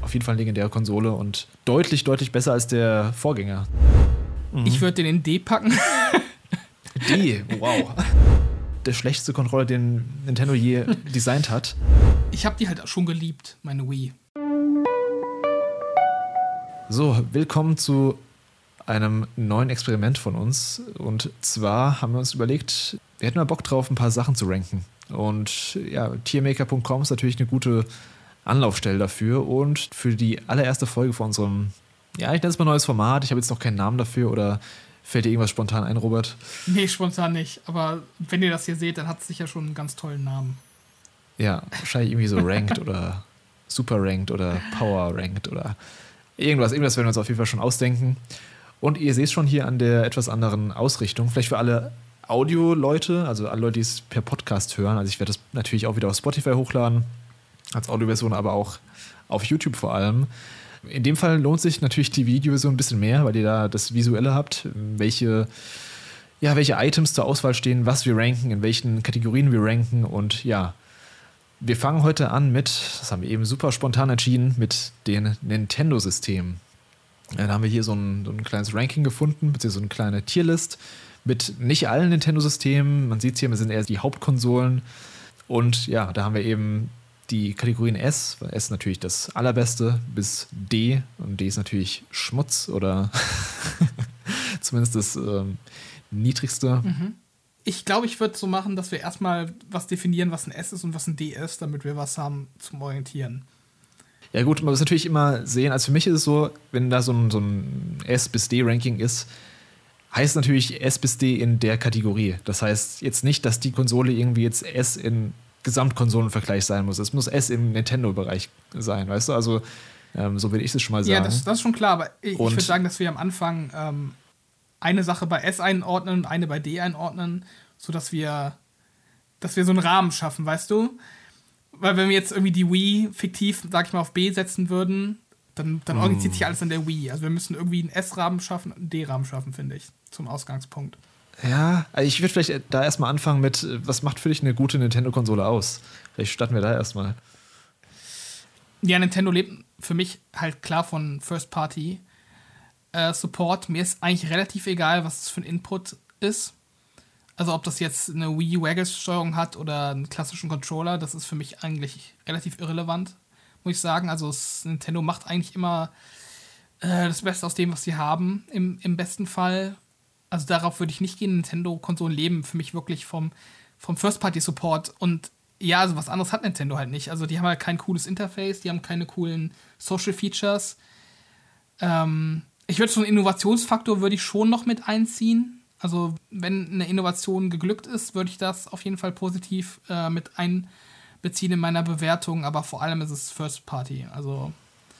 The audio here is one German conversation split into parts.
auf jeden Fall eine legendäre Konsole und deutlich, deutlich besser als der Vorgänger. Ich würde den in D packen. D, wow. Der schlechteste Controller, den Nintendo je designt hat. Ich habe die halt schon geliebt, meine Wii. So, willkommen zu einem neuen Experiment von uns. Und zwar haben wir uns überlegt, wir hätten mal Bock drauf, ein paar Sachen zu ranken. Und ja, tiermaker.com ist natürlich eine gute Anlaufstelle dafür. Und für die allererste Folge von unserem, ja, ich nenne es mal neues Format. Ich habe jetzt noch keinen Namen dafür oder fällt dir irgendwas spontan ein, Robert? Nee, spontan nicht. Aber wenn ihr das hier seht, dann hat es sicher schon einen ganz tollen Namen. Ja, wahrscheinlich irgendwie so Ranked oder Super Ranked oder Power Ranked oder irgendwas. Irgendwas werden wir uns auf jeden Fall schon ausdenken. Und ihr seht schon hier an der etwas anderen Ausrichtung, vielleicht für alle Audio-Leute, also alle Leute, die es per Podcast hören. Also ich werde das natürlich auch wieder auf Spotify hochladen, als Audioversion, aber auch auf YouTube vor allem. In dem Fall lohnt sich natürlich die Videoversion ein bisschen mehr, weil ihr da das Visuelle habt, welche Items zur Auswahl stehen, was wir ranken, in welchen Kategorien wir ranken. Und ja, wir fangen heute an mit, das haben wir eben super spontan entschieden, mit den Nintendo-Systemen. Dann haben wir hier so ein kleines Ranking gefunden, beziehungsweise so eine kleine Tierlist mit nicht allen Nintendo-Systemen. Man sieht es hier, wir sind eher die Hauptkonsolen. Und ja, da haben wir eben die Kategorien S, weil S natürlich das Allerbeste, bis D. Und D ist natürlich Schmutz oder zumindest das Niedrigste. Ich glaube, ich würde so machen, dass wir erstmal was definieren, was ein S ist und was ein D ist, damit wir was haben zum Orientieren. Ja gut, man muss natürlich immer sehen, also für mich ist es so, wenn da so ein S bis D-Ranking ist, heißt natürlich S bis D in der Kategorie. Das heißt jetzt nicht, dass die Konsole irgendwie jetzt S in Gesamtkonsolenvergleich sein muss. Es muss S im Nintendo-Bereich sein, weißt du? Also so will ich es schon mal sagen. Ja, das ist schon klar, aber ich würde sagen, dass wir am Anfang eine Sache bei S einordnen und eine bei D einordnen, sodass wir so einen Rahmen schaffen, weißt du? Weil wenn wir jetzt irgendwie die Wii fiktiv, sag ich mal, auf B setzen würden, dann orientiert sich alles an der Wii. Also wir müssen irgendwie einen S-Rahmen schaffen und einen D-Rahmen schaffen, finde ich, zum Ausgangspunkt. Ja, also ich würde vielleicht da erstmal anfangen mit, was macht für dich eine gute Nintendo-Konsole aus? Vielleicht starten wir da erstmal. Ja, Nintendo lebt für mich halt klar von First-Party-Support. Mir ist eigentlich relativ egal, was es für ein Input ist. Also ob das jetzt eine Wii-Waggles-Steuerung hat oder einen klassischen Controller, das ist für mich eigentlich relativ irrelevant, muss ich sagen. Also Nintendo macht eigentlich immer das Beste aus dem, was sie haben, im besten Fall. Also darauf würde ich nicht gehen. Nintendo-Konsolen leben für mich wirklich vom First-Party-Support. Und ja, also was anderes hat Nintendo halt nicht. Also die haben halt kein cooles Interface, die haben keine coolen Social-Features. Ich würde so einen Innovationsfaktor würde ich schon noch mit einziehen. Also wenn eine Innovation geglückt ist, würde ich das auf jeden Fall positiv mit einbeziehen in meiner Bewertung. Aber vor allem ist es First Party. Also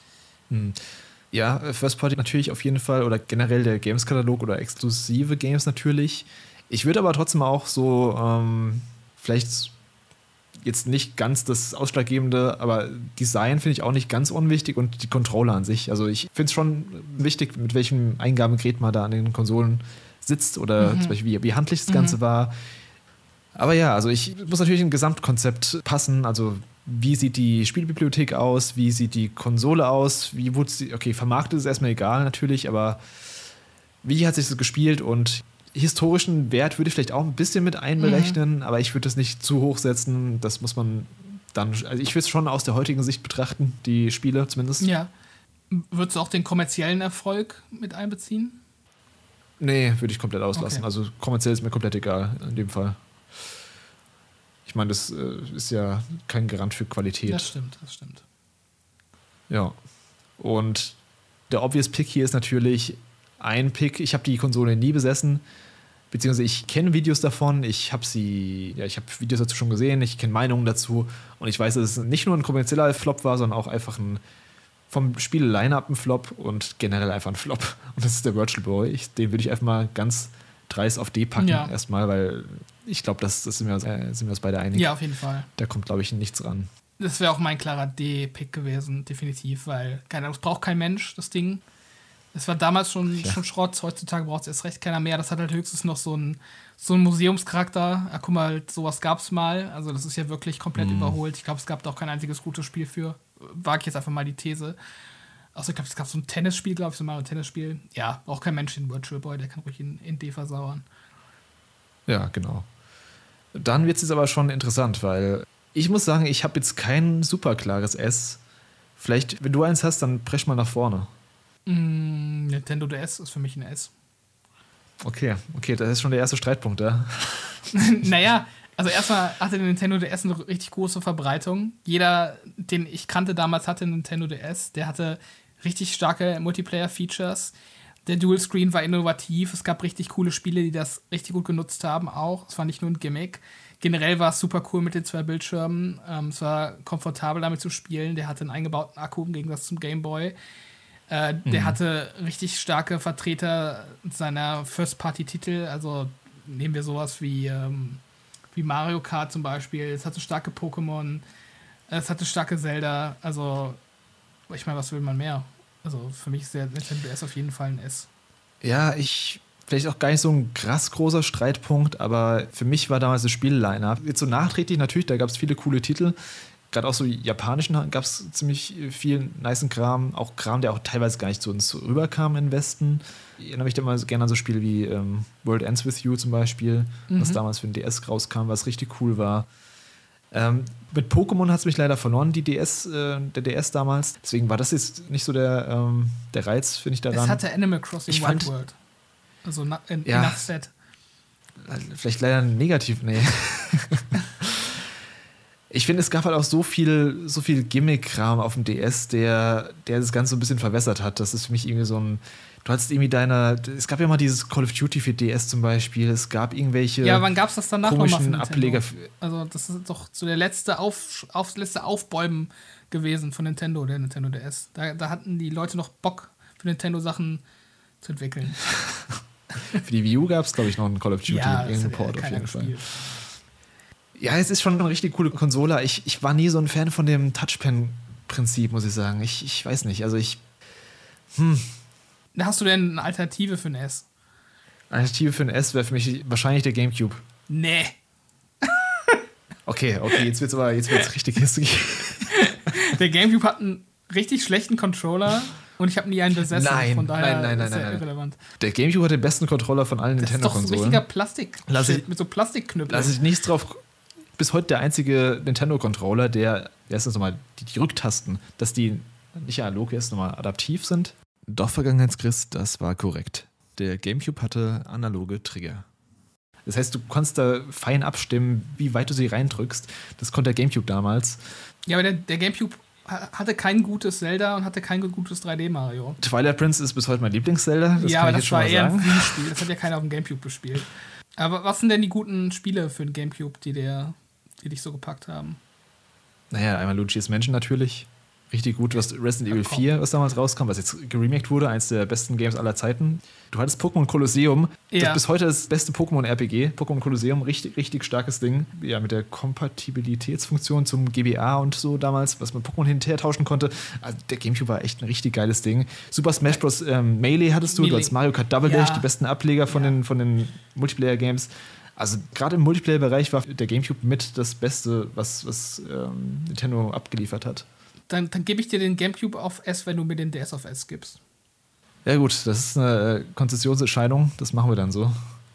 Ja, First Party natürlich auf jeden Fall oder generell der Games-Katalog oder exklusive Games natürlich. Ich würde aber trotzdem auch so vielleicht jetzt nicht ganz das Ausschlaggebende, aber Design finde ich auch nicht ganz unwichtig und die Controller an sich. Also ich finde es schon wichtig, mit welchem Eingabegerät man da an den Konsolen sitzt oder zum Beispiel wie handlich das Ganze war. Aber ja, also ich muss natürlich ein Gesamtkonzept passen. Also wie sieht die Spielbibliothek aus? Wie sieht die Konsole aus? Wie wurde sie, okay, vermarktet ist erstmal egal natürlich, aber wie hat sich das gespielt? Und historischen Wert würde ich vielleicht auch ein bisschen mit einberechnen, aber ich würde das nicht zu hoch setzen. Das muss man dann, also ich will es schon aus der heutigen Sicht betrachten, die Spiele zumindest. Ja. Würdest du auch den kommerziellen Erfolg mit einbeziehen? Nee, würde ich komplett auslassen. Okay. Also kommerziell ist mir komplett egal in dem Fall. Ich meine, das ist ja kein Garant für Qualität. Das stimmt. Ja. Und der obvious Pick hier ist natürlich ein Pick. Ich habe die Konsole nie besessen, beziehungsweise ich kenne Videos davon. Ich habe Videos dazu schon gesehen. Ich kenne Meinungen dazu. Und ich weiß, dass es nicht nur ein kommerzieller Flop war, sondern auch einfach vom Spiel-Line-Up ein Flop und generell einfach ein Flop. Und das ist der Virtual Boy. Den würde ich einfach mal ganz dreist auf D packen erstmal, weil ich glaube, das sind wir uns beide einig. Ja, auf jeden Fall. Da kommt, glaube ich, nichts ran. Das wäre auch mein klarer D-Pick gewesen, definitiv, weil das braucht kein Mensch, das Ding. Es war damals schon Schrott, heutzutage braucht es erst recht keiner mehr. Das hat halt höchstens noch so einen Museumscharakter. Guck mal, sowas gab es mal. Also das ist ja wirklich komplett überholt. Ich glaube, es gab da auch kein einziges gutes Spiel für. wage ich jetzt einfach mal die These. Außer ich glaube, es gab so ein Tennisspiel, glaube ich, so ein Tennisspiel. Ja, braucht kein Mensch den Virtual Boy, der kann ruhig in D versauern. Ja, genau. Dann wird es jetzt aber schon interessant, weil ich muss sagen, ich habe jetzt kein super klares S. Vielleicht, wenn du eins hast, dann brech mal nach vorne. Nintendo DS ist für mich ein S. Okay, das ist schon der erste Streitpunkt, ja? Naja, also erstmal hatte der Nintendo DS eine richtig große Verbreitung. Jeder, den ich kannte damals, hatte einen Nintendo DS. Der hatte richtig starke Multiplayer-Features. Der Dual-Screen war innovativ. Es gab richtig coole Spiele, die das richtig gut genutzt haben auch. Es war nicht nur ein Gimmick. Generell war es super cool mit den 2 Bildschirmen. Es war komfortabel damit zu spielen. Der hatte einen eingebauten Akku im Gegensatz zum Game Boy. Der hatte richtig starke Vertreter seiner First-Party-Titel. Also nehmen wir sowas wie Mario Kart zum Beispiel. Es hatte starke Pokémon. Es hatte starke Zelda. Also, ich meine, was will man mehr? Also für mich ist der Nintendo DS auf jeden Fall ein S. Ja, vielleicht auch gar nicht so ein krass großer Streitpunkt, aber für mich war damals das Spiel-Line-Up. Jetzt so nachträglich natürlich, da gab es viele coole Titel. Gerade auch so japanischen gab es ziemlich viel nicen Kram. Auch Kram, der auch teilweise gar nicht zu uns rüberkam im Westen. Ich erinnere mich da mal gerne an so Spiele wie World Ends With You zum Beispiel, was damals für den DS rauskam, was richtig cool war. Mit Pokémon hat es mich leider verloren, der DS damals. Deswegen war das jetzt nicht so der Reiz, finde ich, daran. Es hatte Animal Crossing Wild World. Also enough said. Vielleicht leider negativ, nee. Ich finde, es gab halt auch so viel Gimmick-Kram auf dem DS, der das Ganze so ein bisschen verwässert hat. Das ist für mich irgendwie so ein. Du hattest irgendwie es gab ja mal dieses Call of Duty für DS zum Beispiel. Es gab irgendwelche. Ja, wann gab es das danach nochmal von Ableger? Also, das ist doch so der letzte letzte Aufbäumen gewesen von Nintendo, der Nintendo DS. Da hatten die Leute noch Bock, für Nintendo-Sachen zu entwickeln. Für die Wii U gab es, glaube ich, noch einen Call of Duty. Ja, irgendeinen Port auf jeden Fall. Ja, es ist schon eine richtig coole Konsole. Ich war nie so ein Fan von dem Touchpen-Prinzip, muss ich sagen. Ich weiß nicht. Also Hast du denn eine Alternative für ein S? Eine Alternative für ein S wäre für mich wahrscheinlich der GameCube. Nee. Okay, jetzt wird's richtig history. Der GameCube hat einen richtig schlechten Controller und ich habe nie einen besessen. Von daher ist er irrelevant. Der GameCube hat den besten Controller von allen Nintendo-Konsolen. Das ist doch ein richtiger Plastik mit so Plastikknüppeln. Lass ich nichts drauf. Bis heute der einzige Nintendo-Controller, der erstens nochmal die Rücktasten, dass die nicht analog ist, nochmal adaptiv sind. Doch, Vergangenheitschris, das war korrekt. Der GameCube hatte analoge Trigger. Das heißt, du konntest da fein abstimmen, wie weit du sie reindrückst. Das konnte der GameCube damals. Ja, aber der GameCube hatte kein gutes Zelda und hatte kein gutes 3D-Mario. Twilight Prince ist bis heute mein Lieblings-Zelda. Ja, aber das war eher ein Wii-Spiel. Das hat ja keiner auf dem GameCube gespielt. Aber was sind denn die guten Spiele für den GameCube, die dich so gepackt haben? Naja, einmal Luigi's Mansion natürlich. Richtig gut. Du hast Resident Evil 4, was damals rauskam, was jetzt geremaked wurde, eines der besten Games aller Zeiten. Du hattest Pokémon Colosseum. Ja. Das bis heute das beste Pokémon-RPG. Pokémon Colosseum, richtig, richtig starkes Ding. Ja, mit der Kompatibilitätsfunktion zum GBA und so damals, was man Pokémon hin und her tauschen konnte. Also der Gamecube war echt ein richtig geiles Ding. Super Smash Bros. Melee hattest du. Du hattest Mario Kart Double Dash, die besten Ableger von den Multiplayer-Games. Also gerade im Multiplayer-Bereich war der Gamecube mit das Beste, was Nintendo abgeliefert hat. Dann gebe ich dir den Gamecube auf S, wenn du mir den DS auf S gibst. Ja gut, das ist eine Konzessionsentscheidung. Das machen wir dann so.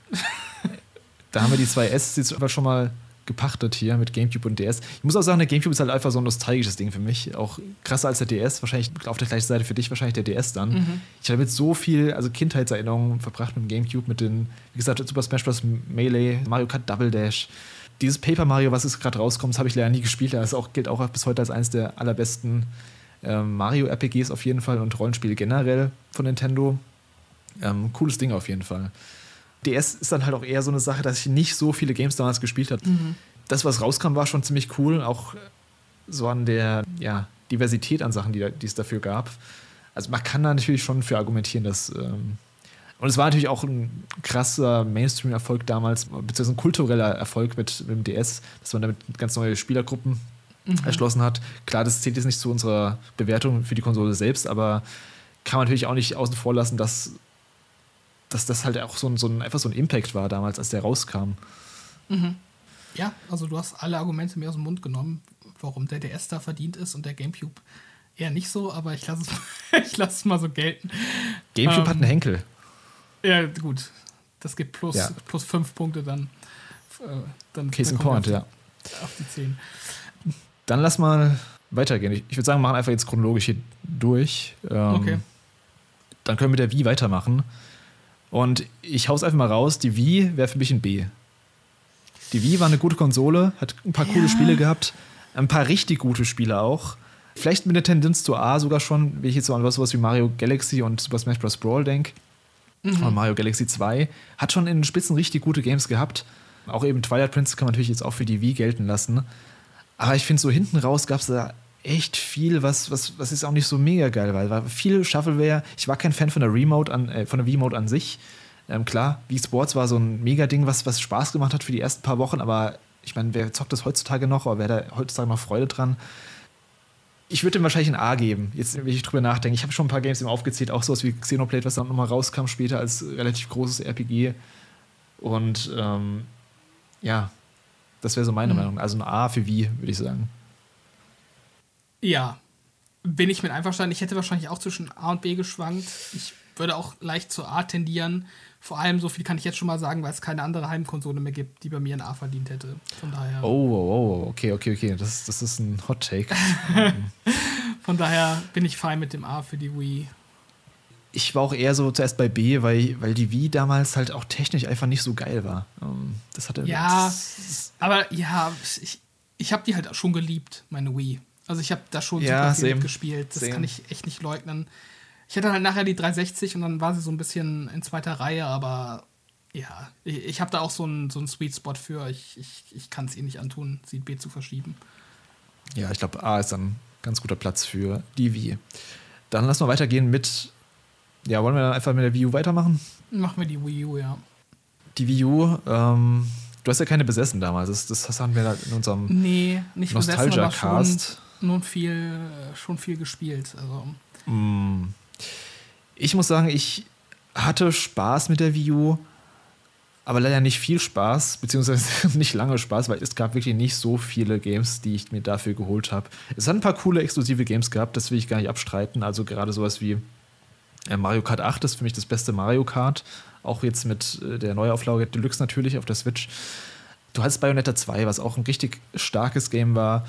Da haben wir die 2 S jetzt aber schon mal gepachtet hier mit Gamecube und DS. Ich muss auch sagen, der Gamecube ist halt einfach so ein nostalgisches Ding für mich. Auch krasser als der DS. Wahrscheinlich auf der gleichen Seite für dich wahrscheinlich der DS dann. Ich habe jetzt so viel Kindheitserinnerungen verbracht mit dem Gamecube, mit den, wie gesagt, Super Smash Bros. Melee, Mario Kart Double Dash. Dieses Paper Mario, was jetzt gerade rauskommt, das habe ich leider nie gespielt. Das gilt auch bis heute als eines der allerbesten Mario-RPGs auf jeden Fall und Rollenspiele generell von Nintendo. Cooles Ding auf jeden Fall. DS ist dann halt auch eher so eine Sache, dass ich nicht so viele Games damals gespielt habe. Das, was rauskam, war schon ziemlich cool. Auch so an der Diversität an Sachen, die es dafür gab. Also man kann da natürlich schon für argumentieren, dass und es war natürlich auch ein krasser Mainstream-Erfolg damals, beziehungsweise ein kultureller Erfolg mit dem DS, dass man damit ganz neue Spielergruppen erschlossen hat. Klar, das zählt jetzt nicht zu unserer Bewertung für die Konsole selbst, aber kann man natürlich auch nicht außen vor lassen, dass das halt auch einfach so ein Impact war damals, als der rauskam. Ja, also du hast alle Argumente mir aus dem Mund genommen, warum der DS da verdient ist und der GameCube eher nicht so, aber ich lasse es, lass es mal so gelten. GameCube hat einen Henkel. Ja, gut. Das gibt plus 5 Punkte dann. Case in point, ja. Auf die 10. Dann lass mal weitergehen. Ich würde sagen, wir machen einfach jetzt chronologisch hier durch. Okay. Dann können wir mit der Wii weitermachen. Und ich hau's einfach mal raus, die Wii wäre für mich ein B. Die Wii war eine gute Konsole, hat ein paar coole Spiele gehabt, ein paar richtig gute Spiele auch. Vielleicht mit der Tendenz zu A sogar schon, wenn ich jetzt so an sowas wie Mario Galaxy und Super Smash Bros. Brawl denke. Oder Mario Galaxy 2. Hat schon in den Spitzen richtig gute Games gehabt. Auch eben Twilight Princess kann man natürlich jetzt auch für die Wii gelten lassen. Aber ich finde, so hinten raus gab es da echt viel, was jetzt auch nicht so mega geil war. War viel Shuffleware. Ich war kein Fan von der Wiimote an sich. Klar, Wii Sports war so ein Mega-Ding, was Spaß gemacht hat für die ersten paar Wochen, aber ich meine, wer zockt das heutzutage noch, oder wer da heutzutage noch Freude dran? Ich würde dem wahrscheinlich ein A geben, jetzt wenn ich drüber nachdenke. Ich habe schon ein paar Games eben aufgezählt, auch sowas wie Xenoblade, was dann nochmal rauskam später als relativ großes RPG. Und ja, das wäre so meine Meinung. Also ein A für Wii, würde ich sagen. Ja, bin ich mit einverstanden. Ich hätte wahrscheinlich auch zwischen A und B geschwankt. Ich würde auch leicht zu A tendieren. Vor allem, so viel kann ich jetzt schon mal sagen, weil es keine andere Heimkonsole mehr gibt, die bei mir ein A verdient hätte. Von daher. Okay. Das ist ein Hot Take. Von daher bin ich fein mit dem A für die Wii. Ich war auch eher so zuerst bei B, weil die Wii damals halt auch technisch einfach nicht so geil war. Das hatte. Ja, aber ja, ich habe die halt schon geliebt, meine Wii. Also ich habe da schon super viel mitgespielt. Das kann ich echt nicht leugnen. Ich hatte halt nachher die 360 und dann war sie so ein bisschen in zweiter Reihe, aber ja, ich habe da auch so einen Sweet Spot für. Ich kann es ihr nicht antun, sie B zu verschieben. Ja, ich glaube, A ist dann ein ganz guter Platz für die Wii. Dann lassen wir weitergehen mit, ja, wollen wir dann einfach mit der Wii U weitermachen? Machen wir die Wii U, ja. Die Wii U, du hast ja keine besessen damals, das haben wir da in unserem Nostalgia-Cast. Schon viel gespielt. Also. Ich muss sagen, ich hatte Spaß mit der Wii U, aber leider nicht viel Spaß, beziehungsweise nicht lange Spaß, weil es gab wirklich nicht so viele Games, die ich mir dafür geholt habe. Es hat ein paar coole exklusive Games gehabt, das will ich gar nicht abstreiten. Also gerade sowas wie Mario Kart 8 ist für mich das beste Mario Kart, auch jetzt mit der Neuauflage Deluxe natürlich auf der Switch. Du hattest Bayonetta 2, was auch ein richtig starkes Game war.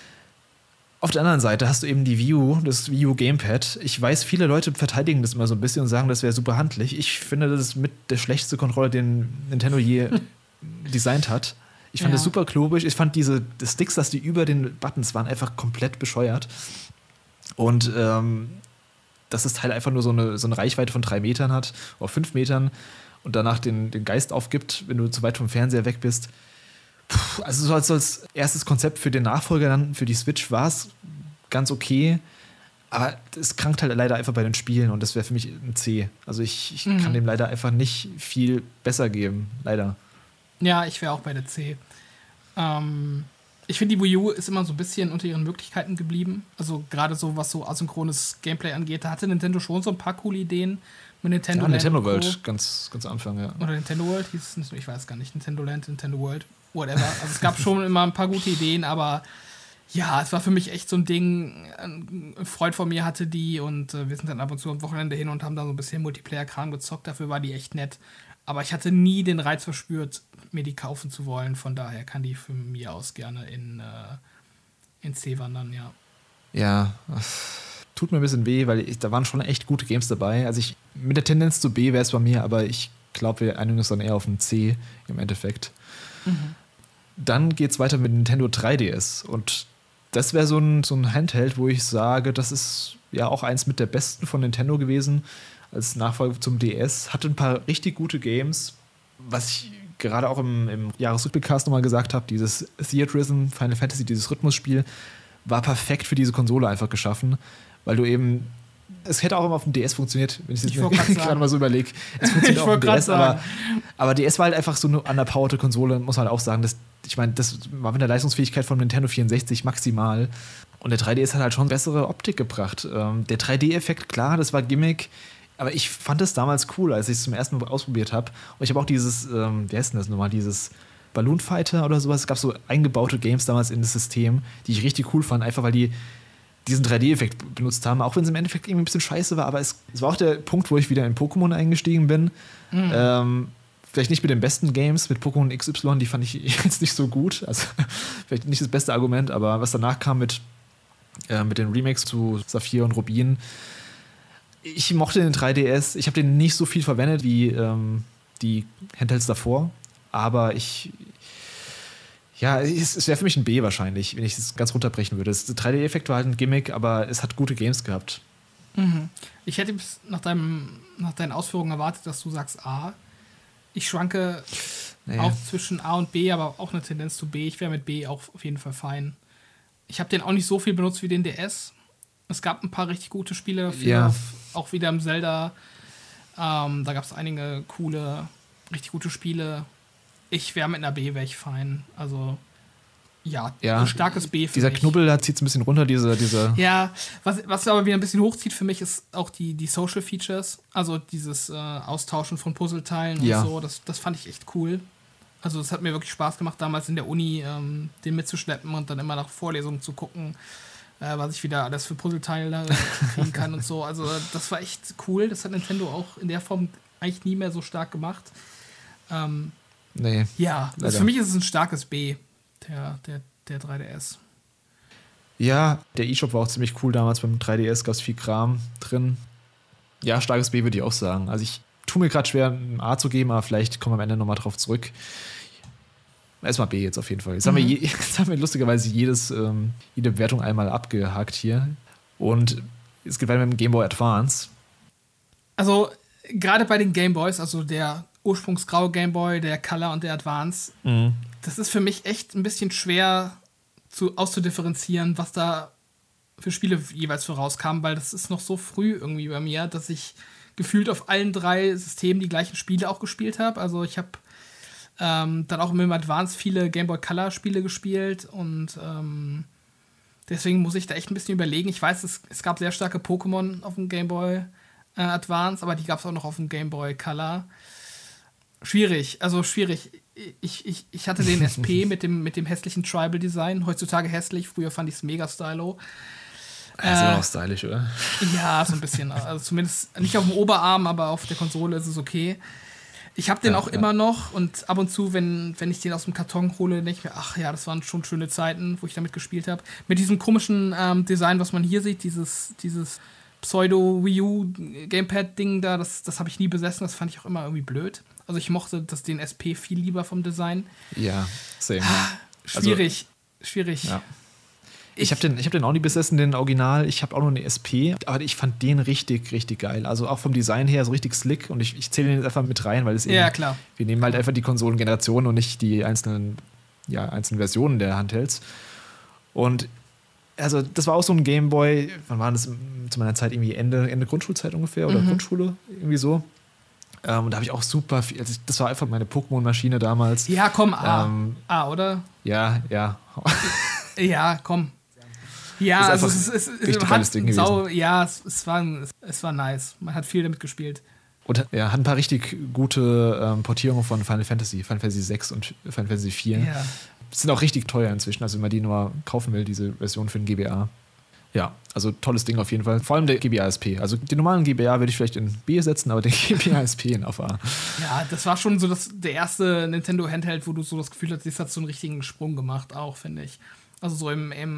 Auf der anderen Seite hast du eben die Wii U, das Wii U Gamepad. Ich weiß, viele Leute verteidigen das immer so ein bisschen und sagen, das wäre super handlich. Ich finde, das ist mit der schlechteste Controller, den Nintendo je designt hat. Ich fand das super klobig. Ich fand die Sticks, dass die über den Buttons waren, einfach komplett bescheuert. Und dass das Teil einfach nur so eine Reichweite von 3 Metern hat, oder 5 Metern und danach den Geist aufgibt, wenn du zu weit vom Fernseher weg bist. Also so als erstes Konzept für den Nachfolger dann für die Switch war es ganz okay, aber es krankt halt leider einfach bei den Spielen und das wäre für mich ein C. Also ich kann dem leider einfach nicht viel besser geben, leider. Ja, ich wäre auch bei der C. Ich finde, die Wii U ist immer so ein bisschen unter ihren Möglichkeiten geblieben. Also gerade so, was so asynchrones Gameplay angeht, da hatte Nintendo schon so ein paar coole Ideen. Mit Nintendo Land Nintendo World, ganz am Anfang, ja. Oder Nintendo World hieß es nicht, ich weiß gar nicht. Nintendo Land, Nintendo World, whatever. Also es gab schon immer ein paar gute Ideen, aber ja, es war für mich echt so ein Ding. Ein Freund von mir hatte die und wir sind dann ab und zu am Wochenende hin und haben da so ein bisschen Multiplayer-Kram gezockt. Dafür war die echt nett. Aber ich hatte nie den Reiz verspürt, mir die kaufen zu wollen. Von daher kann die von mir aus gerne in C wandern, ja. Ja, tut mir ein bisschen weh, weil da waren schon echt gute Games dabei. Also mit der Tendenz zu B wäre es bei mir, aber ich glaube, wir einigen uns dann eher auf ein C im Endeffekt. Dann geht es weiter mit Nintendo 3DS und das wäre so ein Handheld, wo ich sage, das ist ja auch eins mit der besten von Nintendo gewesen, als Nachfolger zum DS. Hatte ein paar richtig gute Games, was ich gerade auch im Jahresrückblickcast nochmal gesagt habe, dieses Theatrism, Final Fantasy, dieses Rhythmusspiel, war perfekt für diese Konsole einfach geschaffen, weil du eben, es hätte auch immer auf dem DS funktioniert, wenn ich es gerade mal so überlege. Es funktioniert auch auf dem DS, aber DS war halt einfach so eine underpowerte Konsole, muss man halt auch sagen. Das war mit der Leistungsfähigkeit von Nintendo 64 maximal. Und der 3DS hat halt schon bessere Optik gebracht. Der 3D-Effekt, klar, das war Gimmick, aber ich fand es damals cool, als ich es zum ersten Mal ausprobiert habe. Und ich habe auch dieses, wie heißt denn das nochmal, dieses Balloon Fighter oder sowas. Es gab so eingebaute Games damals in das System, die ich richtig cool fand, einfach weil die diesen 3D-Effekt benutzt haben, auch wenn es im Endeffekt irgendwie ein bisschen scheiße war, aber es war auch der Punkt, wo ich wieder in Pokémon eingestiegen bin. Vielleicht nicht mit den besten Games, mit Pokémon XY, die fand ich jetzt nicht so gut. Also vielleicht nicht das beste Argument, aber was danach kam mit den Remakes zu Saphir und Rubin, ich mochte den 3DS, ich habe den nicht so viel verwendet wie die Handhelds davor, aber es wäre für mich ein B wahrscheinlich, wenn ich es ganz runterbrechen würde. Der 3D-Effekt war halt ein Gimmick, aber es hat gute Games gehabt. Ich hätte bis nach deinen Ausführungen erwartet, dass du sagst A. Ich schwanke auch zwischen A und B, aber auch eine Tendenz zu B. Ich wäre mit B auch auf jeden Fall fein. Ich habe den auch nicht so viel benutzt wie den DS. Es gab ein paar richtig gute Spiele dafür, auch wieder im Zelda. Da gab es einige coole, richtig gute Spiele. Ich wäre mit einer B, wäre ich fein. Also, ein starkes B für dieser mich. Knubbel, da zieht es ein bisschen runter, diese. Ja, was aber wieder ein bisschen hochzieht für mich, ist auch die Social Features. Also dieses Austauschen von Puzzleteilen und so. Das fand ich echt cool. Also, es hat mir wirklich Spaß gemacht, damals in der Uni den mitzuschleppen und dann immer nach Vorlesungen zu gucken, was ich wieder alles für Puzzleteile kriegen kann und so. Also, das war echt cool. Das hat Nintendo auch in der Form eigentlich nie mehr so stark gemacht. Nee. Ja, für mich ist es ein starkes B, der 3DS. Ja, der eShop war auch ziemlich cool damals. Beim 3DS gab es viel Kram drin. Ja, starkes B würde ich auch sagen. Also ich tue mir gerade schwer, ein A zu geben, aber vielleicht kommen wir am Ende nochmal drauf zurück. Erstmal B jetzt auf jeden Fall. Jetzt haben wir lustigerweise jede Bewertung einmal abgehakt hier. Und es geht weiter mit dem Game Boy Advance. Also gerade bei den Game Boys, also der ursprungsgraue Game Boy, der Color und der Advance, das ist für mich echt ein bisschen schwer auszudifferenzieren, was da für Spiele jeweils für rauskamen, weil das ist noch so früh irgendwie bei mir, dass ich gefühlt auf allen 3 Systemen die gleichen Spiele auch gespielt habe. Also ich habe dann auch mit dem Advance viele Game Boy Color Spiele gespielt und deswegen muss ich da echt ein bisschen überlegen. Ich weiß, es gab sehr starke Pokémon auf dem Game Boy Advance, aber die gab es auch noch auf dem Game Boy Color. Schwierig. Ich hatte den SP mit dem hässlichen Tribal-Design. Heutzutage hässlich. Früher fand ich es mega stylo. Ist immer noch stylisch, oder? Ja, so ein bisschen. Also zumindest nicht auf dem Oberarm, aber auf der Konsole ist es okay. Ich habe den auch immer noch und ab und zu, wenn ich den aus dem Karton hole, denke ich mir, ach ja, das waren schon schöne Zeiten, wo ich damit gespielt habe. Mit diesem komischen Design, was man hier sieht, dieses Pseudo-Wii U-Gamepad-Ding da, das habe ich nie besessen. Das fand ich auch immer irgendwie blöd. Also ich mochte den SP viel lieber vom Design. Ja, same. Schwierig. Ja. Ich hab den auch nie besessen, den Original. Ich habe auch nur eine SP, aber ich fand den richtig, richtig geil. Also auch vom Design her so richtig slick und ich zähle den jetzt einfach mit rein, weil es eben, klar. Wir nehmen halt einfach die Konsolengeneration und nicht die einzelnen Versionen der Handhelds. Und also das war auch so ein Gameboy, wann war das zu meiner Zeit irgendwie Ende Grundschulzeit ungefähr oder Grundschule, irgendwie so. Und da habe ich auch super viel, das war einfach meine Pokémon-Maschine damals. Ja, komm, A, oder? Ja. Ja, komm. Ja, ist also es richtig geiles Ding gewesen. Ja, es war nice. Man hat viel damit gespielt. Und hat ein paar richtig gute Portierungen von Final Fantasy 6 und Final Fantasy 4. Ja. Sind auch richtig teuer inzwischen, also wenn man die nur kaufen will, diese Version für den GBA. Ja, also tolles Ding auf jeden Fall. Vor allem der GBA SP. Also den normalen GBA würde ich vielleicht in B setzen, aber den GBA SP in auf A. Ja, das war schon so der erste Nintendo Handheld, wo du so das Gefühl hast, das hat so einen richtigen Sprung gemacht, auch, finde ich. Also so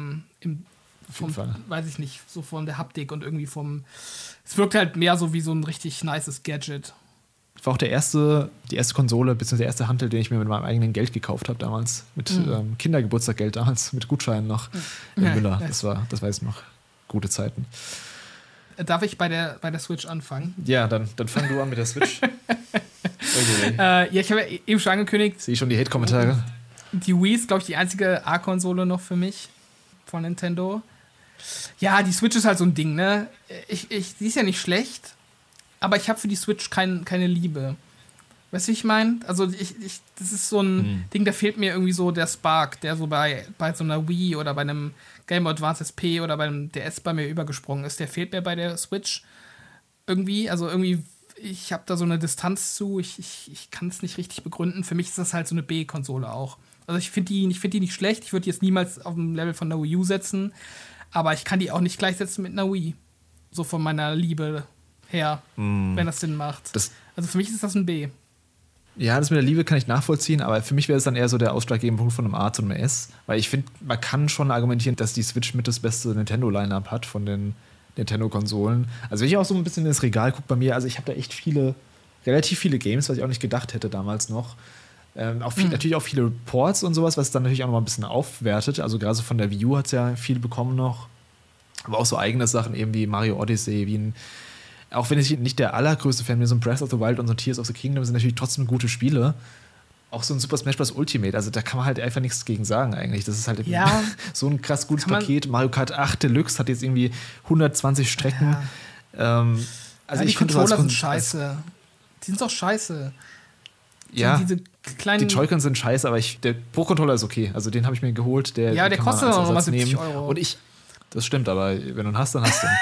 weiß ich nicht, so von der Haptik und irgendwie es wirkt halt mehr so wie so ein richtig nices Gadget. War auch die erste Konsole, beziehungsweise der erste Handheld, den ich mir mit meinem eigenen Geld gekauft habe damals. Mit Kindergeburtstaggeld damals, mit Gutscheinen noch in Müller. Das weiß ich noch. Gute Zeiten. Darf ich bei der Switch anfangen? Ja, dann fang du an mit der Switch. Ich habe ja eben schon angekündigt. Sehe ich schon die Hate-Kommentare. Die Wii ist, glaube ich, die einzige A-Konsole noch für mich von Nintendo. Ja, die Switch ist halt so ein Ding, ne? Die ist ja nicht schlecht, aber ich habe für die Switch keine Liebe. Weißt du, wie ich meine? Also das ist so ein Ding, da fehlt mir irgendwie so der Spark, der so bei so einer Wii oder bei einem Game Boy Advance SP oder beim DS bei mir übergesprungen ist. Der fehlt mir bei der Switch irgendwie. Also irgendwie ich habe da so eine Distanz zu. Ich kann es nicht richtig begründen. Für mich ist das halt so eine B-Konsole auch. Also ich finde die nicht schlecht. Ich würde die jetzt niemals auf dem Level von einer Wii U setzen. Aber ich kann die auch nicht gleichsetzen mit einer Wii. So von meiner Liebe her, wenn das Sinn macht. Also für mich ist das ein B. Ja, das mit der Liebe kann ich nachvollziehen, aber für mich wäre es dann eher so der ausschlaggebende Punkt von einem A zu einem S. Weil ich finde, man kann schon argumentieren, dass die Switch mit das beste Nintendo-Line-Up hat von den Nintendo-Konsolen. Also wenn ich auch so ein bisschen ins Regal gucke bei mir, also ich habe da echt relativ viele Games, was ich auch nicht gedacht hätte damals noch. Natürlich auch viele Ports und sowas, was es dann natürlich auch noch mal ein bisschen aufwertet. Also gerade so von der Wii U hat es ja viel bekommen noch. Aber auch so eigene Sachen eben wie Mario Odyssey, auch wenn ich nicht der allergrößte Fan bin, so ein Breath of the Wild und so ein Tears of the Kingdom sind natürlich trotzdem gute Spiele. Auch so ein Super Smash Bros. Ultimate, also da kann man halt einfach nichts gegen sagen eigentlich. Das ist halt so ein krass gutes Paket. Mario Kart 8 Deluxe hat jetzt irgendwie 120 Strecken. Ja. Also die Controller sind scheiße. Die sind doch scheiße. Ja, diese kleinen die Joy-Cons sind scheiße, aber der Pro-Controller ist okay. Also den habe ich mir geholt. Der kostet auch nochmal 70 Euro. Und das stimmt, aber wenn du ihn hast, dann hast du ihn.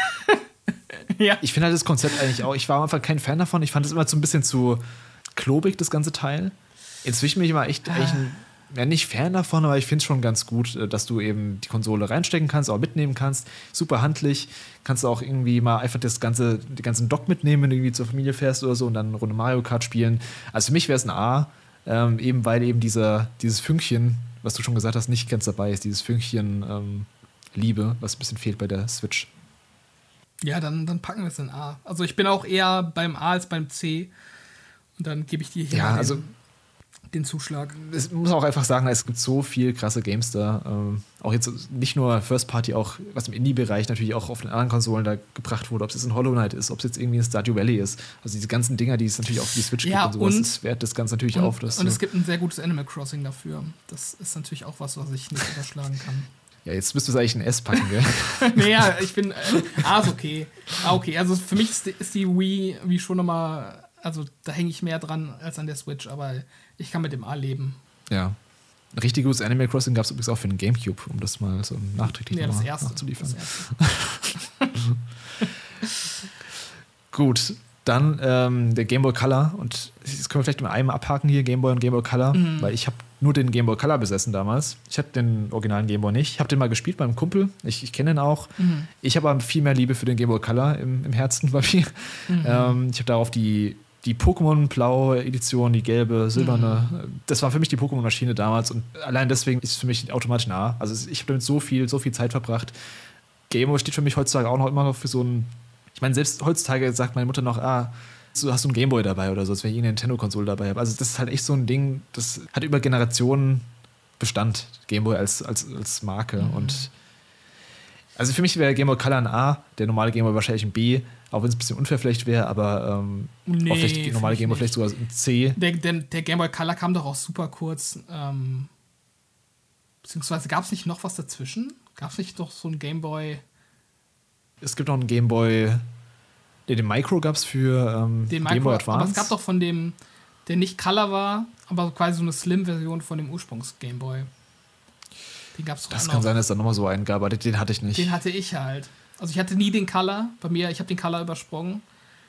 Ja. Ich finde halt das Konzept eigentlich auch, ich war am Anfang kein Fan davon. Ich fand es immer so ein bisschen zu klobig, das ganze Teil. Inzwischen bin ich mal echt nicht Fan davon, aber ich finde es schon ganz gut, dass du eben die Konsole reinstecken kannst, auch mitnehmen kannst. Super handlich. Kannst du auch irgendwie mal einfach den ganzen Dock mitnehmen, wenn du irgendwie zur Familie fährst oder so und dann eine Runde Mario Kart spielen. Also für mich wäre es ein A, eben weil eben dieses Fünkchen, was du schon gesagt hast, nicht ganz dabei ist. Dieses Fünkchen Liebe, was ein bisschen fehlt bei der Switch. Ja, dann packen wir es in A. Also ich bin auch eher beim A als beim C. Und dann gebe ich dir hier den Zuschlag. Ich muss auch einfach sagen, es gibt so viel krasse Games da. Auch jetzt nicht nur First Party, auch was im Indie-Bereich natürlich auch auf den anderen Konsolen da gebracht wurde. Ob es jetzt ein Hollow Knight ist, ob es jetzt irgendwie ein Stardew Valley ist. Also diese ganzen Dinger, die es natürlich auch für die Switch gibt und sowas, das wertet das Ganze natürlich auf. Und es gibt ein sehr gutes Animal Crossing dafür. Das ist natürlich auch was ich nicht überschlagen kann. Ja, jetzt müsstest du eigentlich ein S packen, gell? Naja, ich bin. A ist okay. Okay, also für mich ist die Wii schon nochmal. Also da hänge ich mehr dran als an der Switch, aber ich kann mit dem A leben. Ja. Ein richtig gutes Animal Crossing gab es übrigens auch für den Gamecube, um das mal so nachträglich nachzuliefern. Gut, dann der Game Boy Color. Und das können wir vielleicht mit einem abhaken hier, Game Boy und Game Boy Color, weil ich habe nur den Game Boy Color besessen damals. Ich habe den originalen Game Boy nicht. Ich habe den mal gespielt beim Kumpel. Ich kenne den auch. Ich habe aber viel mehr Liebe für den Game Boy Color im Herzen bei mir. Ich habe darauf die Pokémon blaue Edition, die gelbe, silberne. Das war für mich die Pokémon-Maschine damals. Und allein deswegen ist es für mich automatisch ein A. Also ich habe damit so viel Zeit verbracht. Game Boy steht für mich heutzutage auch noch immer noch für so ein. Ich meine, selbst heutzutage sagt meine Mutter noch, so hast du einen Gameboy dabei oder so, als wenn ich eine Nintendo-Konsole dabei habe. Also das ist halt echt so ein Ding, das hat über Generationen Bestand, Gameboy als Marke. Und also für mich wäre Game Boy Color ein A, der normale Game Boy wahrscheinlich ein B, auch wenn es ein bisschen unfair vielleicht wäre, aber vielleicht der normale Game Boy vielleicht sogar ein C. Der Game Boy Color kam doch auch super kurz. Beziehungsweise gab es nicht noch was dazwischen? Gab es nicht noch so ein Game Boy? Es gibt noch einen Game Boy, den Micro gab es für den Game Boy Advance. Aber es gab doch von dem, der nicht Color war, aber quasi so eine Slim-Version von dem Ursprungs-Game Boy. Den gab's doch Das kann sein, dass es da nochmal so einen gab, aber den hatte ich nicht. Den hatte ich halt. Also ich hatte nie den Color. Bei mir, ich habe den Color übersprungen.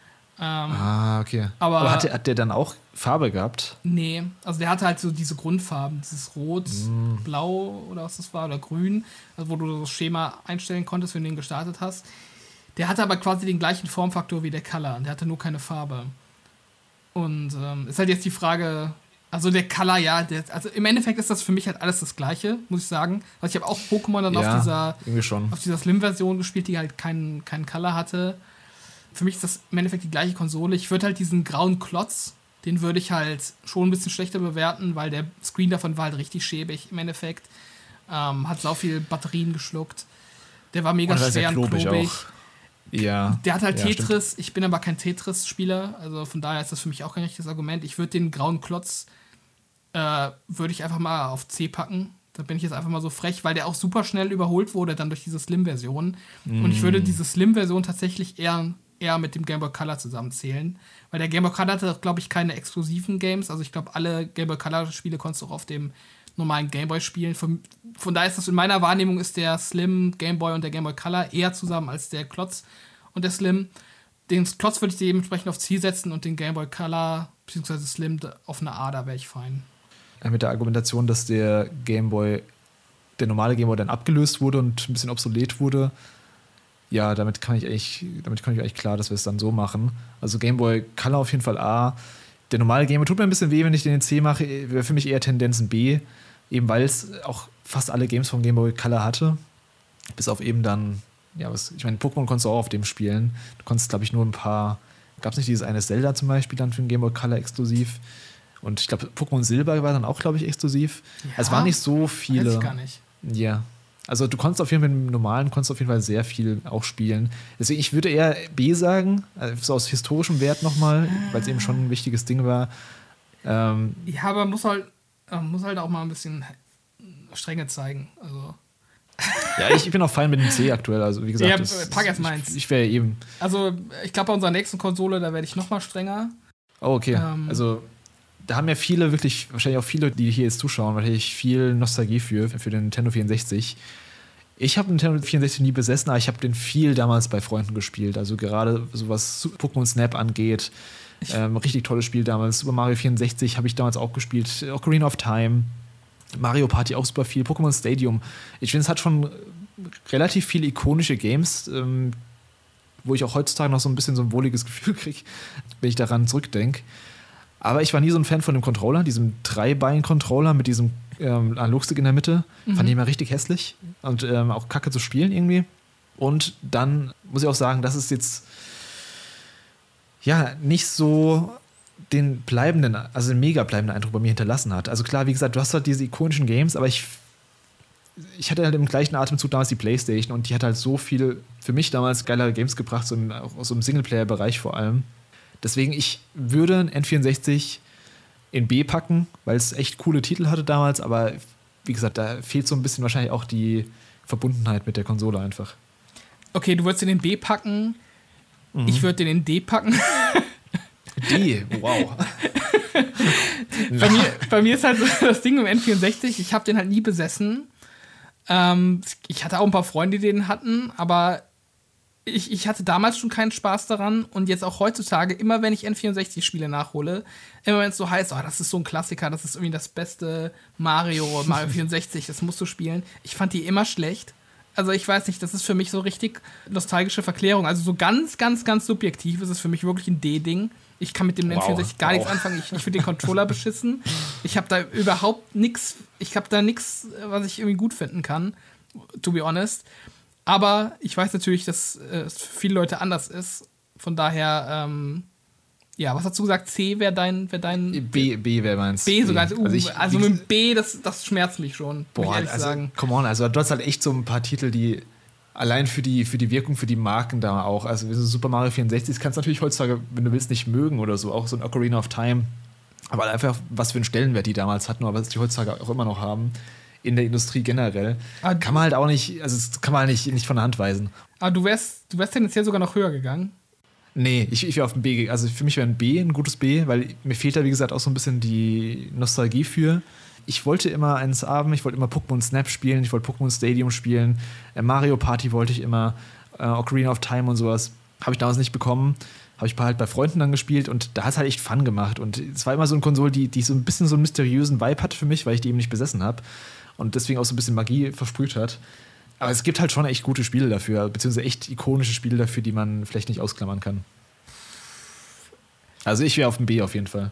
Okay. Aber hat der dann auch Farbe gehabt? Nee, also der hatte halt so diese Grundfarben, dieses Rot, Blau oder was das war, oder Grün, also wo du das Schema einstellen konntest, wenn du den gestartet hast. Der hatte aber quasi den gleichen Formfaktor wie der Color, und der hatte nur keine Farbe. Und ist halt jetzt die Frage, also der Color, ja, also im Endeffekt ist das für mich halt alles das Gleiche, muss ich sagen. Also ich habe auch Pokémon dann auf dieser Slim-Version gespielt, die halt keinen Color hatte. Für mich ist das im Endeffekt die gleiche Konsole. Ich würde halt diesen grauen Klotz, den würde ich halt schon ein bisschen schlechter bewerten, weil der Screen davon war halt richtig schäbig im Endeffekt. Hat sau viel Batterien geschluckt. Der war mega schwer und klobig. Ja. Der hat halt Tetris. Stimmt. Ich bin aber kein Tetris-Spieler. Also von daher ist das für mich auch kein richtiges Argument. Ich würde den grauen Klotz würde ich einfach mal auf C packen. Da bin ich jetzt einfach mal so frech, weil der auch super schnell überholt wurde dann durch diese Slim-Version. Und ich würde diese Slim-Version tatsächlich eher mit dem Game Boy Color zusammenzählen. Weil der Game Boy Color hatte, glaube ich, keine exklusiven Games. Also ich glaube, alle Game Boy Color-Spiele konntest du auch auf dem normalen Game Boy spielen. Von daher ist das in meiner Wahrnehmung ist der Slim Game Boy und der Game Boy Color eher zusammen als der Klotz und der Slim. Den Klotz würde ich dementsprechend auf C setzen und den Game Boy Color bzw. Slim auf eine A, da wäre ich fein. Mit der Argumentation, dass der normale Game Boy dann abgelöst wurde und ein bisschen obsolet wurde. Ja, damit kann ich eigentlich klar, dass wir es dann so machen. Also Game Boy Color auf jeden Fall A. Der normale Game Boy tut mir ein bisschen weh, wenn ich den in C mache. Wäre für mich eher Tendenzen B. Eben weil es auch fast alle Games vom Game Boy Color hatte. Bis auf eben dann, ja, ich meine, Pokémon konntest du auch auf dem spielen. Du konntest, glaube ich, nur ein paar. Gab es nicht dieses eine Zelda zum Beispiel dann für den Game Boy Color exklusiv? Und ich glaube, Pokémon Silber war dann auch, glaube ich, exklusiv. Ja, es waren nicht so viele. Weiß ich gar nicht. Ja. Also du konntest auf jeden Fall mit dem normalen sehr viel auch spielen. Deswegen, ich würde eher B sagen, so aus historischem Wert nochmal, weil es eben schon ein wichtiges Ding war. Ja, aber man muss halt auch mal ein bisschen Strenge zeigen. Also. Ja, ich bin auch fein mit dem C aktuell. Also wie gesagt, ja, pack erst mal eins. Ich wäre eben. Also ich glaube, bei unserer nächsten Konsole, da werde ich noch mal strenger. Oh, okay. Also da haben ja wahrscheinlich auch viele, die hier jetzt zuschauen, wahrscheinlich viel Nostalgie für den Nintendo 64. Ich habe den Nintendo 64 nie besessen, aber ich habe den viel damals bei Freunden gespielt. Also gerade so was Pokémon Snap angeht. Richtig tolles Spiel damals. Super Mario 64 habe ich damals auch gespielt. Ocarina of Time. Mario Party auch super viel. Pokémon Stadium. Ich finde, es hat schon relativ viele ikonische Games, wo ich auch heutzutage noch so ein bisschen so ein wohliges Gefühl kriege, wenn ich daran zurückdenke. Aber ich war nie so ein Fan von dem Controller, diesem Dreibein-Controller mit diesem Analogstick in der Mitte. Fand ich immer richtig hässlich und auch kacke zu spielen irgendwie. Und dann muss ich auch sagen, dass es jetzt ja nicht so den mega bleibenden Eindruck bei mir hinterlassen hat. Also klar, wie gesagt, du hast halt diese ikonischen Games, aber ich hatte halt im gleichen Atemzug damals die Playstation und die hat halt so viel für mich damals geilere Games gebracht, auch aus so einem Singleplayer-Bereich vor allem. Deswegen, ich würde ein N64 in B packen, weil es echt coole Titel hatte damals, aber wie gesagt, da fehlt so ein bisschen wahrscheinlich auch die Verbundenheit mit der Konsole einfach. Okay, du würdest den in B packen. Ich würde den in D packen. D, wow. bei mir ist halt so das Ding im N64, ich habe den halt nie besessen. Ich hatte auch ein paar Freunde, die den hatten, aber ich hatte damals schon keinen Spaß daran und jetzt auch heutzutage, immer wenn ich N64-Spiele nachhole, immer wenn es so heißt, das ist so ein Klassiker, das ist irgendwie das beste Mario 64, das musst du spielen. Ich fand die immer schlecht. Also ich weiß nicht, das ist für mich so richtig nostalgische Verklärung. Also so ganz, ganz, ganz subjektiv ist es für mich wirklich ein D-Ding. Ich kann mit dem N64 gar nichts anfangen. Ich finde den Controller beschissen. Ich habe da überhaupt nichts, was ich irgendwie gut finden kann, to be honest. Aber ich weiß natürlich, dass es für viele Leute anders ist. Von daher, ja, was hast du gesagt? C wäre dein B wäre meins. B sogar. Also mit B, das schmerzt mich schon. Boah, sagen. Come on, also du hast halt echt so ein paar Titel, die allein für die Wirkung, für die Marken da auch, also wie so Super Mario 64, das kannst du natürlich heutzutage, wenn du willst, nicht mögen oder so, auch so ein Ocarina of Time. Aber einfach, was für einen Stellenwert die damals hatten, aber was die heutzutage auch immer noch haben, in der Industrie generell, kann man halt auch nicht, also das kann man halt nicht von der Hand weisen. Aber du wärst tendenziell sogar noch höher gegangen? Nee, ich wäre auf dem B gegangen. Also für mich wäre ein B ein gutes B, weil mir fehlt da, wie gesagt, auch so ein bisschen die Nostalgie für. Ich wollte immer eins haben, ich wollte immer Pokémon Snap spielen, ich wollte Pokémon Stadium spielen, Mario Party wollte ich immer, Ocarina of Time und sowas. Habe ich damals nicht bekommen. Habe ich halt bei Freunden dann gespielt und da hat es halt echt Fun gemacht. Und es war immer so eine Konsole, die so ein bisschen so einen mysteriösen Vibe hatte für mich, weil ich die eben nicht besessen habe. Und deswegen auch so ein bisschen Magie versprüht hat. Aber es gibt halt schon echt gute Spiele dafür, beziehungsweise echt ikonische Spiele dafür, die man vielleicht nicht ausklammern kann. Also ich wäre auf dem B auf jeden Fall.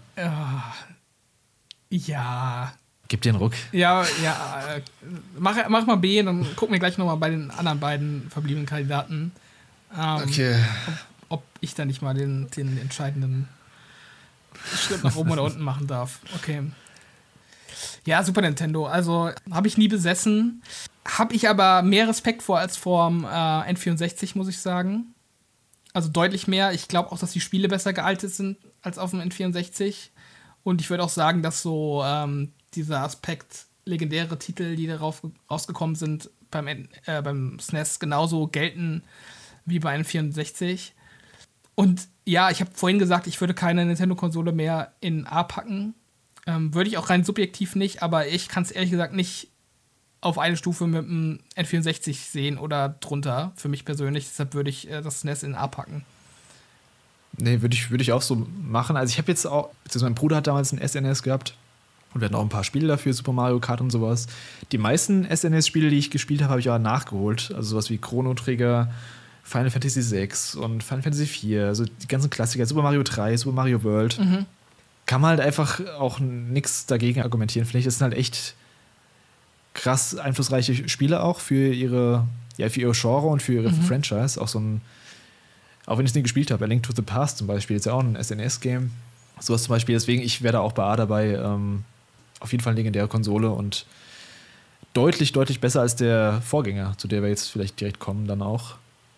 Ja. Gib dir einen Ruck. Ja, mach mal B, dann gucken wir gleich nochmal bei den anderen beiden verbliebenen Kandidaten. Okay. Ob ich da nicht mal den entscheidenden Schritt nach oben oder unten machen darf. Okay. Ja, Super Nintendo. Also habe ich nie besessen. Habe ich aber mehr Respekt vor als vor dem N64, muss ich sagen. Also deutlich mehr. Ich glaube auch, dass die Spiele besser gealtet sind als auf dem N64. Und ich würde auch sagen, dass so dieser Aspekt, legendäre Titel, die darauf rausgekommen sind, beim SNES genauso gelten wie bei N64. Und ja, ich habe vorhin gesagt, ich würde keine Nintendo-Konsole mehr in A packen. Würde ich auch rein subjektiv nicht, aber ich kann es ehrlich gesagt nicht auf eine Stufe mit dem N64 sehen oder drunter, für mich persönlich. Deshalb würde ich das SNES in A packen. Nee, würde ich auch so machen. Also ich habe jetzt auch, beziehungsweise mein Bruder hat damals ein SNES gehabt und wir hatten auch ein paar Spiele dafür, Super Mario Kart und sowas. Die meisten SNES-Spiele, die ich gespielt habe, habe ich auch nachgeholt. Also sowas wie Chrono Trigger, Final Fantasy VI und Final Fantasy IV, also die ganzen Klassiker, Super Mario 3, Super Mario World. Kann man halt einfach auch nichts dagegen argumentieren. Finde ich, das sind halt echt krass einflussreiche Spiele auch für ihre Genre und für ihre Franchise. Auch so ein, auch wenn ich es nie gespielt habe, A Link to the Past zum Beispiel, ist ja auch ein SNES-Game. Sowas zum Beispiel, deswegen, ich wäre da auch bei A dabei. Auf jeden Fall eine legendäre Konsole und deutlich, deutlich besser als der Vorgänger, zu der wir jetzt vielleicht direkt kommen dann auch.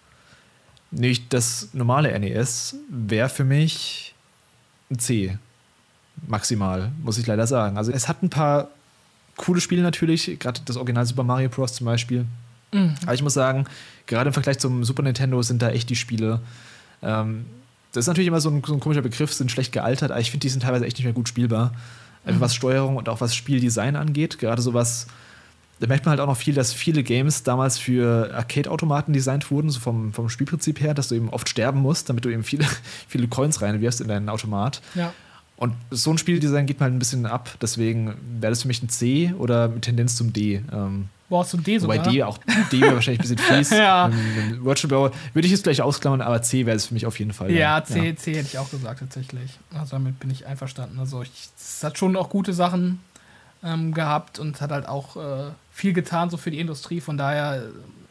Nicht das normale NES wäre für mich ein C. Maximal, muss ich leider sagen. Also es hat ein paar coole Spiele natürlich, gerade das Original Super Mario Bros. Zum Beispiel. Aber ich muss sagen, gerade im Vergleich zum Super Nintendo sind da echt die Spiele. Das ist natürlich immer so ein komischer Begriff, sind schlecht gealtert, aber ich finde, die sind teilweise echt nicht mehr gut spielbar. Einfach was Steuerung und auch was Spieldesign angeht. Gerade sowas, da merkt man halt auch noch viel, dass viele Games damals für Arcade-Automaten designt wurden, so vom Spielprinzip her, dass du eben oft sterben musst, damit du eben viele Coins reinwirfst in deinen Automat. Ja. Und so ein Spieldesign geht mal ein bisschen ab, deswegen wäre das für mich ein C oder mit Tendenz zum D. Boah, zum D sogar. Wobei D wäre wahrscheinlich ein bisschen fies. Ja. Virtual Boy würde ich jetzt gleich ausklammern, aber C wäre es für mich auf jeden Fall. Ja, C hätte ich auch gesagt, tatsächlich. Also damit bin ich einverstanden. Also es hat schon auch gute Sachen gehabt und hat halt auch viel getan so für die Industrie. Von daher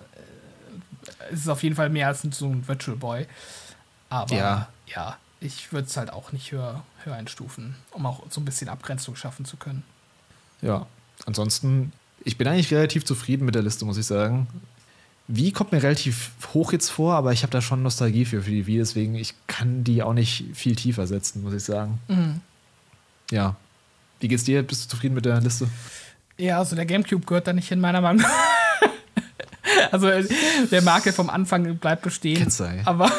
ist es auf jeden Fall mehr als so ein Virtual Boy. Aber ja ich würde es halt auch nicht höher einstufen, um auch so ein bisschen Abgrenzung schaffen zu können. Ja, ansonsten, ich bin eigentlich relativ zufrieden mit der Liste, muss ich sagen. Wii kommt mir relativ hoch jetzt vor, aber ich habe da schon Nostalgie für die Wii, deswegen ich kann die auch nicht viel tiefer setzen, muss ich sagen. Ja. Wie geht's dir? Bist du zufrieden mit der Liste? Ja, also der GameCube gehört da nicht hin, meiner Meinung nach. Also der Makel vom Anfang bleibt bestehen. Ketzai. Aber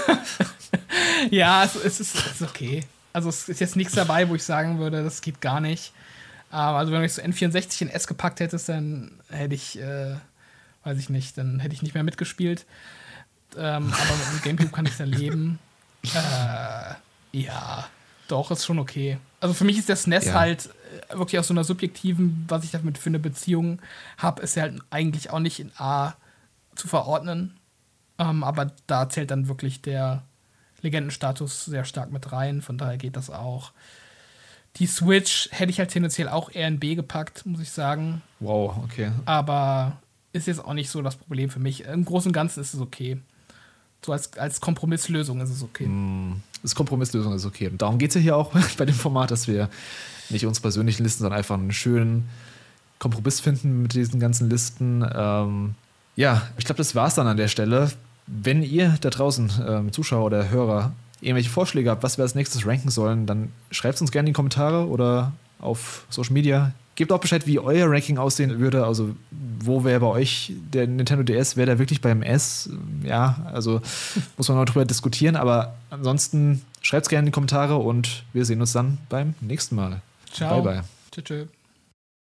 ja, es ist okay. Also es ist jetzt nichts dabei, wo ich sagen würde, das geht gar nicht. Also wenn du so N64 in S gepackt hättest, dann hätte ich, weiß ich nicht, dann hätte ich nicht mehr mitgespielt. Aber mit dem Gamecube kann ich dann leben. Ja, doch, ist schon okay. Also für mich ist der SNES halt wirklich aus so einer subjektiven, was ich damit für eine Beziehung habe, ist ja halt eigentlich auch nicht in A zu verordnen. Aber da zählt dann wirklich der Legendenstatus sehr stark mit rein, von daher geht das auch. Die Switch hätte ich halt tendenziell auch eher in B gepackt, muss ich sagen. Wow, okay. Aber ist jetzt auch nicht so das Problem für mich. Im Großen und Ganzen ist es okay. So als Kompromisslösung ist es okay. Das Kompromisslösung ist okay. Und darum geht es ja hier auch bei dem Format, dass wir nicht uns persönlichen Listen, sondern einfach einen schönen Kompromiss finden mit diesen ganzen Listen. Ja, ich glaube, das war's dann an der Stelle. Wenn ihr da draußen, Zuschauer oder Hörer, irgendwelche Vorschläge habt, was wir als nächstes ranken sollen, dann schreibt es uns gerne in die Kommentare oder auf Social Media. Gebt auch Bescheid, wie euer Ranking aussehen würde. Also, wo wäre bei euch der Nintendo DS? Wäre der wirklich beim S? Ja, also muss man noch drüber diskutieren. Aber ansonsten schreibt es gerne in die Kommentare und wir sehen uns dann beim nächsten Mal. Ciao. Bye, bye. Tschüss.